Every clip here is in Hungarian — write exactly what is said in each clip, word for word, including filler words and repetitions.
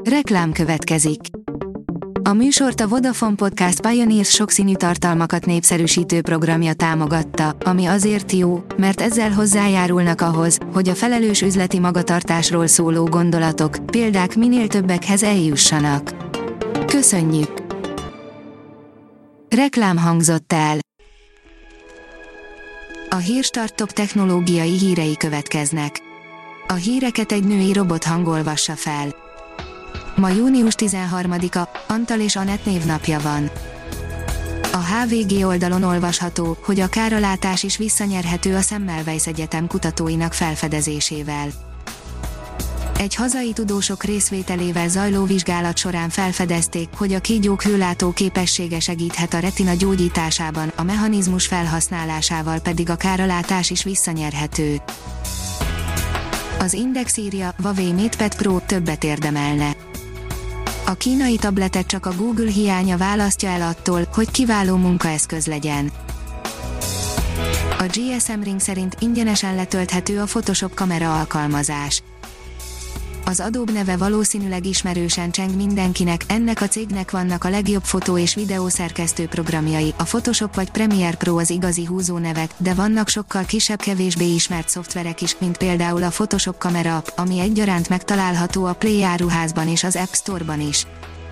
Reklám következik. A műsort a Vodafone Podcast Pioneers sokszínű tartalmakat népszerűsítő programja támogatta, ami azért jó, mert ezzel hozzájárulnak ahhoz, hogy a felelős üzleti magatartásról szóló gondolatok, példák minél többekhez eljussanak. Köszönjük! Reklám hangzott el. A Hírstart top technológiai hírei következnek. A híreket egy női robot hangolvassa fel. Ma június tizenharmadika, Antal és Anett névnapja van. A há vé gé oldalon olvasható, hogy a káralátás is visszanyerhető a Semmelweis Egyetem kutatóinak felfedezésével. Egy hazai tudósok részvételével zajló vizsgálat során felfedezték, hogy a kígyók hőlátó képessége segíthet a retina gyógyításában, a mechanizmus felhasználásával pedig a káralátás is visszanyerhető. Az Index írja, Huawei MatePad Pro többet érdemelne. A kínai tabletet csak a Google hiánya választja el attól, hogy kiváló munkaeszköz legyen. A gé es em Ring szerint ingyenesen letölthető a Photoshop kamera alkalmazás. Az Adobe neve valószínűleg ismerősen cseng mindenkinek, ennek a cégnek vannak a legjobb fotó- és videószerkesztő programjai, a Photoshop vagy Premiere Pro az igazi húzónevek, de vannak sokkal kisebb, kevésbé ismert szoftverek is, mint például a Photoshop Camera App, ami egyaránt megtalálható a Play áruházban és az App Store-ban is.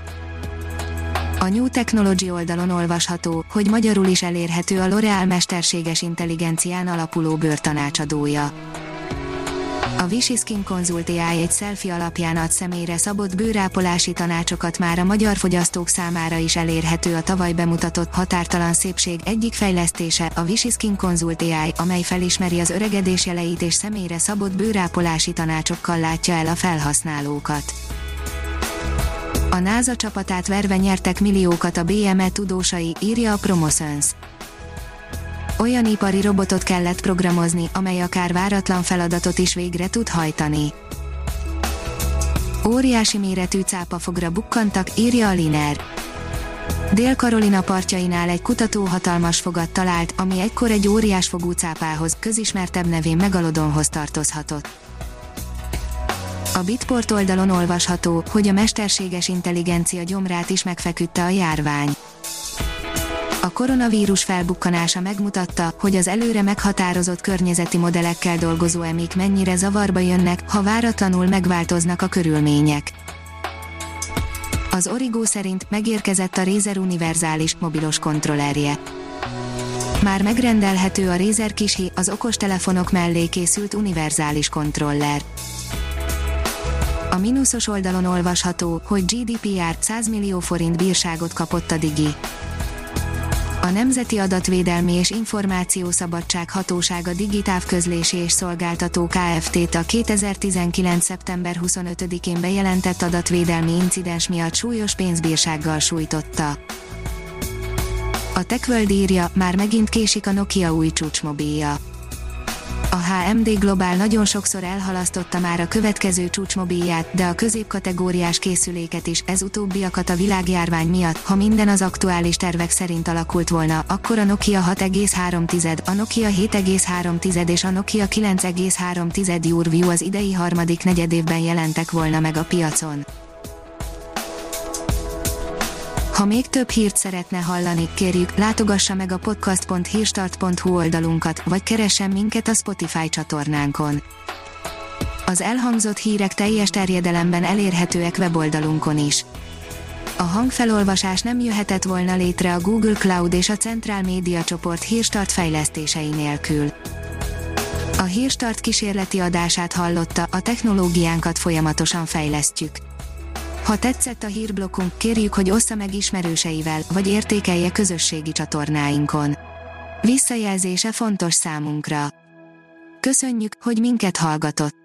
A New Technology oldalon olvasható, hogy magyarul is elérhető a L'Oréal mesterséges intelligencián alapuló bőrtanácsadója. A Vichy Skin Consult á i egy selfie alapján ad személyre szabott bőrápolási tanácsokat, már a magyar fogyasztók számára is elérhető a tavaly bemutatott Határtalan Szépség egyik fejlesztése, a Vichy Skin Consult á i, amely felismeri az öregedés jeleit és személyre szabott bőrápolási tanácsokkal látja el a felhasználókat. A NASA csapatát verve nyertek milliókat a bé em e tudósai, írja a Promotions. Olyan ipari robotot kellett programozni, amely akár váratlan feladatot is végre tud hajtani. Óriási méretű cápafogra bukkantak, írja a Liner. Dél-Karolina partjainál egy kutató hatalmas fogat talált, ami egykor egy óriásfogú cápához, közismertebb nevén Megalodonhoz tartozhatott. A Bitport oldalon olvasható, hogy a mesterséges intelligencia gyomrát is megfeküdte a járvány. A koronavírus felbukkanása megmutatta, hogy az előre meghatározott környezeti modellekkel dolgozó emik mennyire zavarba jönnek, ha váratlanul megváltoznak a körülmények. Az Origo szerint megérkezett a Razer univerzális, mobilos kontrollerje. Már megrendelhető a Razer Kishi, az okostelefonok mellé készült univerzális kontroller. A mínuszos oldalon olvasható, hogy gé dé pé er száz millió forint bírságot kapott a Digi. A Nemzeti Adatvédelmi és Információszabadság Hatósága Digi Távközlési és Szolgáltató Kft-t a kétezer-tizenkilenc. szeptember huszonötödikén bejelentett adatvédelmi incidens miatt súlyos pénzbírsággal sújtotta. A TechWorld írja, már megint késik a Nokia új csúcsmobilja. A há em dé Global nagyon sokszor elhalasztotta már a következő csúcsmobilját, de a középkategóriás készüléket is, ez utóbbiakat a világjárvány miatt. Ha minden az aktuális tervek szerint alakult volna, akkor a Nokia hat egész három, a Nokia hét egész három és a Nokia kilenc egész három Urview az idei harmadik negyedévben jelentek volna meg a piacon. Ha még több hírt szeretne hallani, kérjük, látogassa meg a podcast pont hírstart pont hu oldalunkat, vagy keressen minket a Spotify csatornánkon. Az elhangzott hírek teljes terjedelemben elérhetőek weboldalunkon is. A hangfelolvasás nem jöhetett volna létre a Google Cloud és a Central Média csoport Hírstart fejlesztései nélkül. A Hírstart kísérleti adását hallotta, a technológiánkat folyamatosan fejlesztjük. Ha tetszett a hírblokkunk, kérjük, hogy ossza meg ismerőseivel, vagy értékelje közösségi csatornáinkon. Visszajelzése fontos számunkra. Köszönjük, hogy minket hallgatott!